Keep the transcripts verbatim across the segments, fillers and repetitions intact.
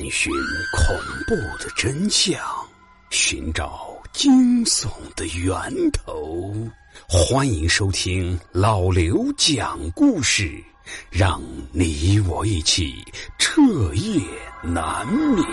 寻恐怖的真相，寻找惊悚的源头。欢迎收听老刘讲故事，让你我一起彻夜难眠。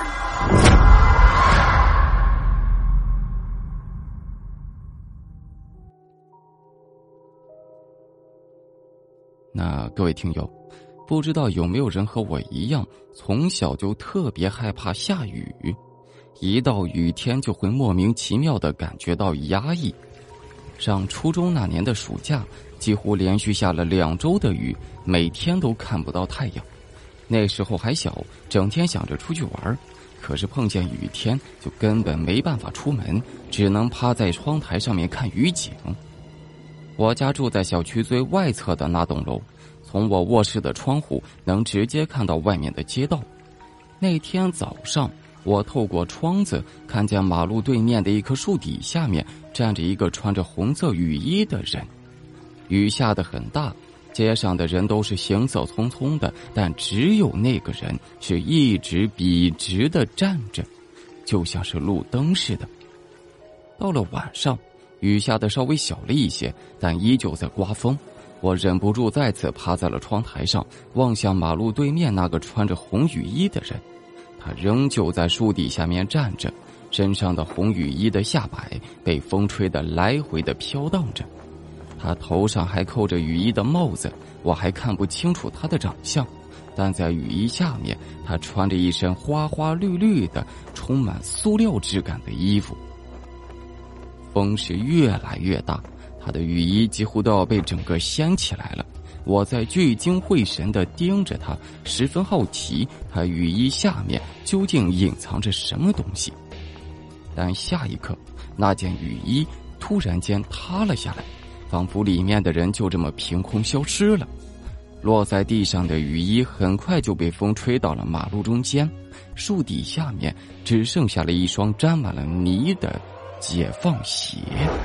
那各位听友，不知道有没有人和我一样，从小就特别害怕下雨，一到雨天就会莫名其妙地感觉到压抑。上初中那年的暑假，几乎连续下了两周的雨，每天都看不到太阳。那时候还小，整天想着出去玩，可是碰见雨天就根本没办法出门，只能趴在窗台上面看雨景。我家住在小区最外侧的那栋楼，从我卧室的窗户能直接看到外面的街道。那天早上，我透过窗子看见马路对面的一棵树底下面站着一个穿着红色雨衣的人。雨下得很大，街上的人都是行色匆匆的，但只有那个人是一直笔直地站着，就像是路灯似的。到了晚上，雨下得稍微小了一些，但依旧在刮风。我忍不住再次趴在了窗台上，望向马路对面那个穿着红雨衣的人。他仍旧在树底下面站着，身上的红雨衣的下摆被风吹得来回的飘荡着。他头上还扣着雨衣的帽子，我还看不清楚他的长相，但在雨衣下面，他穿着一身花花绿绿的、充满塑料质感的衣服。风是越来越大，他的雨衣几乎都要被整个掀起来了。我在聚精会神地盯着他，十分好奇他雨衣下面究竟隐藏着什么东西。但下一刻，那件雨衣突然间塌了下来，仿佛里面的人就这么凭空消失了。落在地上的雨衣很快就被风吹到了马路中间，树底下面只剩下了一双沾满了泥的解放鞋。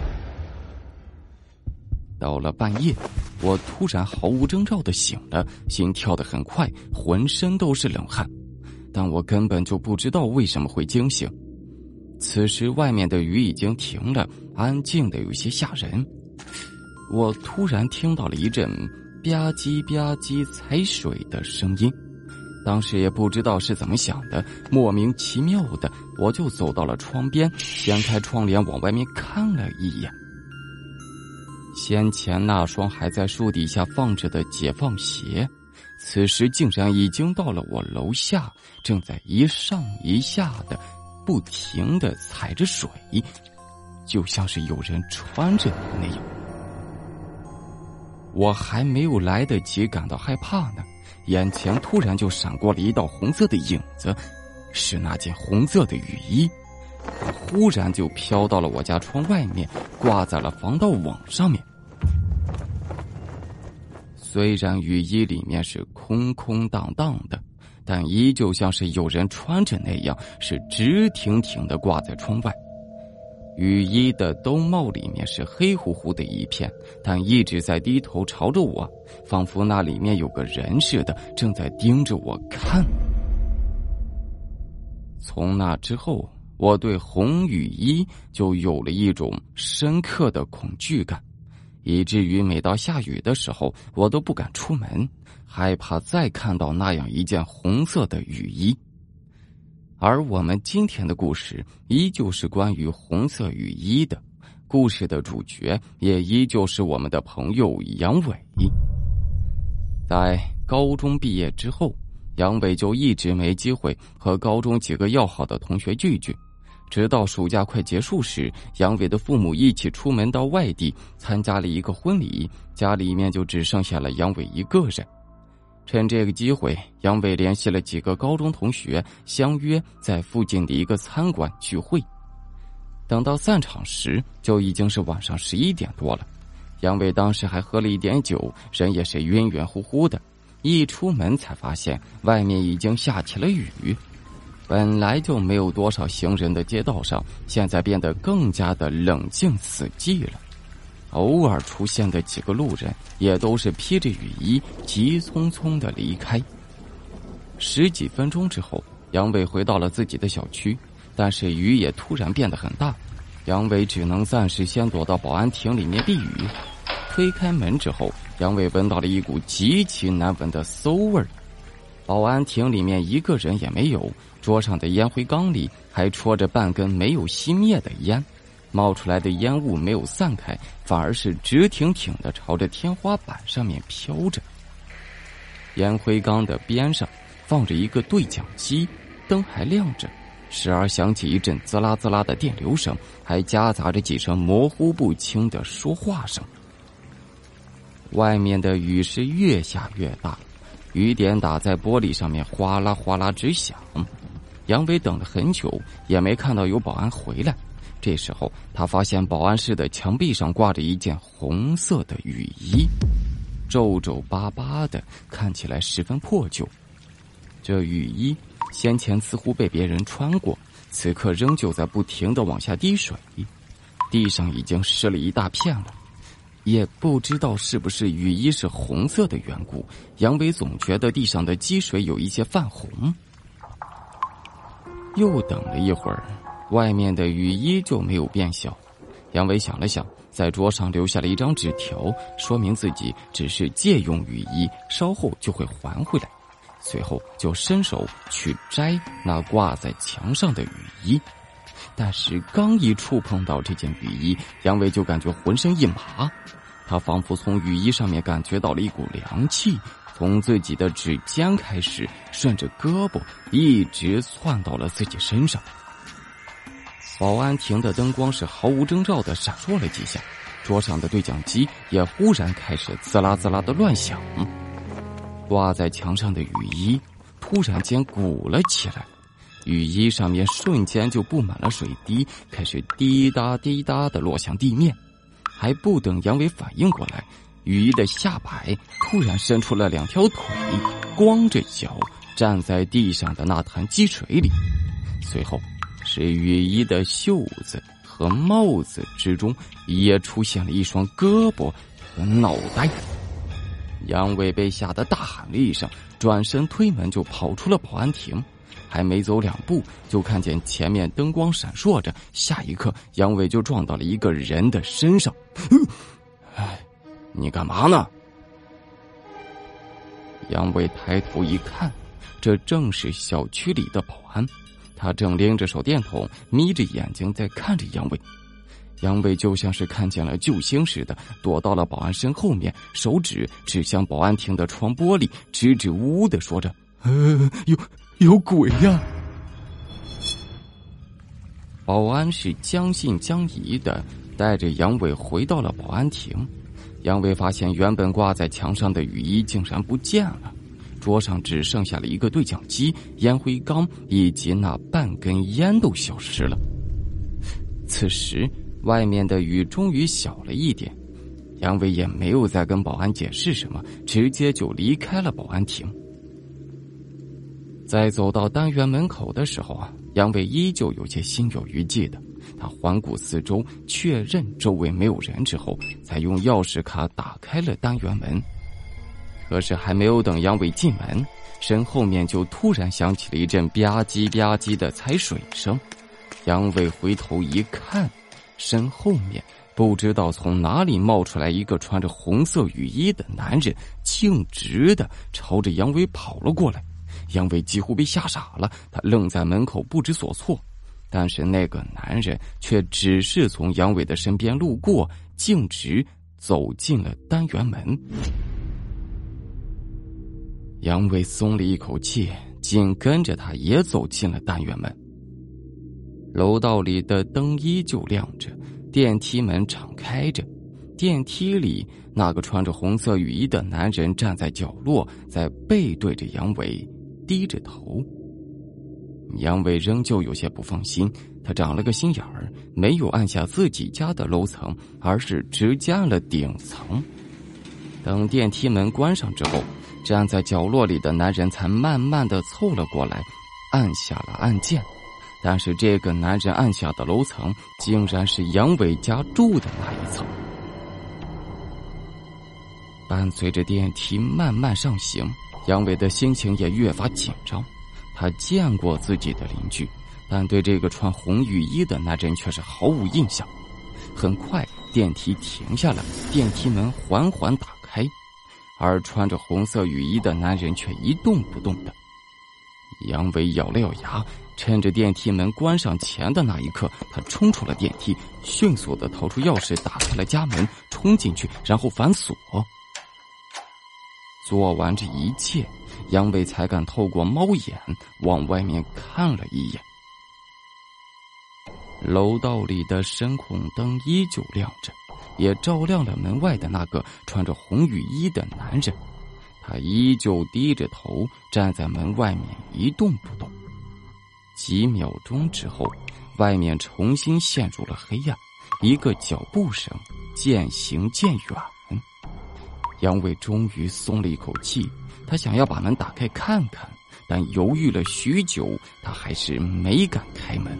到了半夜，我突然毫无征兆地醒了，心跳得很快，浑身都是冷汗，但我根本就不知道为什么会惊醒。此时外面的雨已经停了，安静得有些吓人。我突然听到了一阵吧唧吧唧踩水的声音，当时也不知道是怎么想的，莫名其妙的我就走到了窗边，掀开窗帘往外面看了一眼。先前那双还在树底下放着的解放鞋，此时竟然已经到了我楼下，正在一上一下的不停地踩着水，就像是有人穿着那样。我还没有来得及感到害怕呢，眼前突然就闪过了一道红色的影子，是那件红色的雨衣。它忽然就飘到了我家窗外面，挂在了防盗网上面。虽然雨衣里面是空空荡荡的，但依旧像是有人穿着那样，是直挺挺地挂在窗外。雨衣的兜帽里面是黑乎乎的一片，但一直在低头朝着我，仿佛那里面有个人似的，正在盯着我看。从那之后，我对红雨衣就有了一种深刻的恐惧感，以至于每到下雨的时候，我都不敢出门，害怕再看到那样一件红色的雨衣。而我们今天的故事依旧是关于红色雨衣的，故事的主角也依旧是我们的朋友杨伟。在高中毕业之后，杨伟就一直没机会和高中几个要好的同学聚聚，直到暑假快结束时，杨伟的父母一起出门到外地参加了一个婚礼，家里面就只剩下了杨伟一个人。趁这个机会，杨伟联系了几个高中同学，相约在附近的一个餐馆聚会。等到散场时，就已经是晚上十一点多了。杨伟当时还喝了一点酒，人也是晕晕乎乎的。一出门才发现外面已经下起了雨，本来就没有多少行人的街道上，现在变得更加的冷静死寂了。偶尔出现的几个路人也都是披着雨衣急匆匆地离开。十几分钟之后， 杨伟回到了自己的小区，但是雨也突然变得很大，杨伟只能暂时先躲到保安亭里面避雨。推开门之后，杨伟闻到了一股极其难闻的馊味儿。保安亭里面一个人也没有，桌上的烟灰缸里还戳着半根没有熄灭的烟，冒出来的烟雾没有散开，反而是直挺挺的朝着天花板上面飘着。烟灰缸的边上放着一个对讲机，灯还亮着，时而响起一阵滋啦滋啦的电流声，还夹杂着几声模糊不清的说话声。外面的雨是越下越大，雨点打在玻璃上面哗啦哗啦直响。杨伟等了很久也没看到有保安回来，这时候他发现保安室的墙壁上挂着一件红色的雨衣，皱皱巴巴的，看起来十分破旧。这雨衣先前似乎被别人穿过，此刻仍旧在不停地往下滴水，地上已经湿了一大片了。也不知道是不是雨衣是红色的缘故，杨伟总觉得地上的积水有一些泛红。又等了一会儿，外面的雨依旧没有变小。杨伟想了想，在桌上留下了一张纸条，说明自己只是借用雨衣，稍后就会还回来。随后就伸手去摘那挂在墙上的雨衣，但是刚一触碰到这件雨衣，杨伟就感觉浑身一麻，他仿佛从雨衣上面感觉到了一股凉气，从自己的指尖开始，顺着胳膊一直窜到了自己身上。保安亭的灯光是毫无征兆地闪烁了几下，桌上的对讲机也忽然开始滋啦滋啦的乱响，挂在墙上的雨衣突然间鼓了起来，雨衣上面瞬间就布满了水滴，开始滴答滴答地落向地面。还不等杨伟反应过来，雨衣的下摆突然伸出了两条腿，光着脚站在地上的那滩积水里。随后是雨衣的袖子和帽子之中也出现了一双胳膊和脑袋。杨伟被吓得大喊了一声，转身推门就跑出了保安亭。还没走两步，就看见前面灯光闪烁着，下一刻杨伟就撞到了一个人的身上。哎，你干嘛呢？杨伟抬头一看，这正是小区里的保安，他正拎着手电筒，眯着眼睛在看着杨伟。杨伟就像是看见了救星似的，躲到了保安身后面，手指指向保安亭的窗玻璃，支支吾吾的说着：“呃，有有鬼呀！”保安是将信将疑的带着杨伟回到了保安亭。杨伟发现原本挂在墙上的雨衣竟然不见了，桌上只剩下了一个对讲机、烟灰缸以及那半根烟都消失了。此时外面的雨终于小了一点，杨伟也没有再跟保安解释什么，直接就离开了保安亭。在走到单元门口的时候啊，杨伟依旧有些心有余悸的。他环顾四周，确认周围没有人之后，才用钥匙卡打开了单元门。可是还没有等杨伟进门，身后面就突然响起了一阵吧唧吧唧的踩水声。杨伟回头一看，身后面不知道从哪里冒出来一个穿着红色雨衣的男人，径直的朝着杨伟跑了过来。杨伟几乎被吓傻了，他愣在门口不知所措。但是那个男人却只是从杨伟的身边路过，径直走进了单元门。杨伟松了一口气，紧跟着他也走进了单元门。楼道里的灯依旧亮着，电梯门敞开着，电梯里那个穿着红色雨衣的男人站在角落，在背对着杨伟低着头。杨伟仍旧有些不放心，他长了个心眼儿，没有按下自己家的楼层，而是直接按了顶层。等电梯门关上之后，站在角落里的男人才慢慢的凑了过来，按下了按键。但是这个男人按下的楼层竟然是杨伟家住的那一层。伴随着电梯慢慢上行，杨伟的心情也越发紧张。 他见过自己的邻居，但对这个穿红雨衣的男人却是毫无印象。很快电梯停下来，电梯门缓缓打开，而穿着红色雨衣的男人却一动不动的。杨伟咬了咬牙，趁着电梯门关上前的那一刻，他冲出了电梯，迅速地掏出钥匙打开了家门，冲进去，然后反锁。做完这一切，杨伟才敢透过猫眼往外面看了一眼。楼道里的声控灯依旧亮着，也照亮了门外的那个穿着红雨衣的男人。他依旧低着头站在门外面一动不动。几秒钟之后，外面重新陷入了黑暗，一个脚步声渐行渐远。杨伟终于松了一口气，他想要把门打开看看，但犹豫了许久，他还是没敢开门。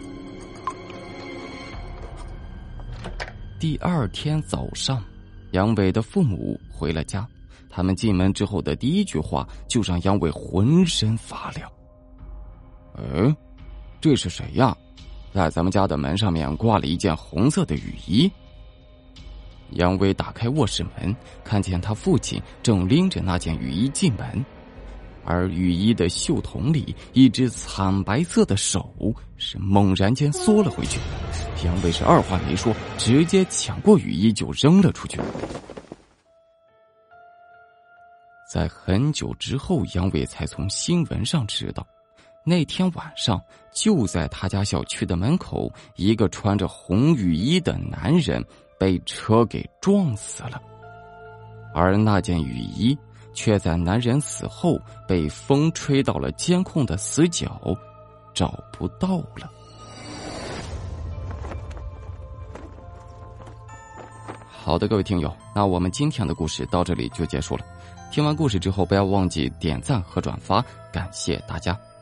第二天早上，杨伟的父母回了家，他们进门之后的第一句话就让杨伟浑身发凉。哎，这是谁呀？在咱们家的门上面挂了一件红色的雨衣。杨伟打开卧室门，看见他父亲正拎着那件雨衣进门，而雨衣的袖筒里一只惨白色的手是猛然间缩了回去。杨伟是二话没说，直接抢过雨衣就扔了出去。在很久之后，杨伟才从新闻上知道，那天晚上就在他家小区的门口，一个穿着红雨衣的男人被车给撞死了，而那件雨衣却在男人死后被风吹到了监控的死角，找不到了。好的，各位听友，那我们今天的故事到这里就结束了。听完故事之后，不要忘记点赞和转发，感谢大家。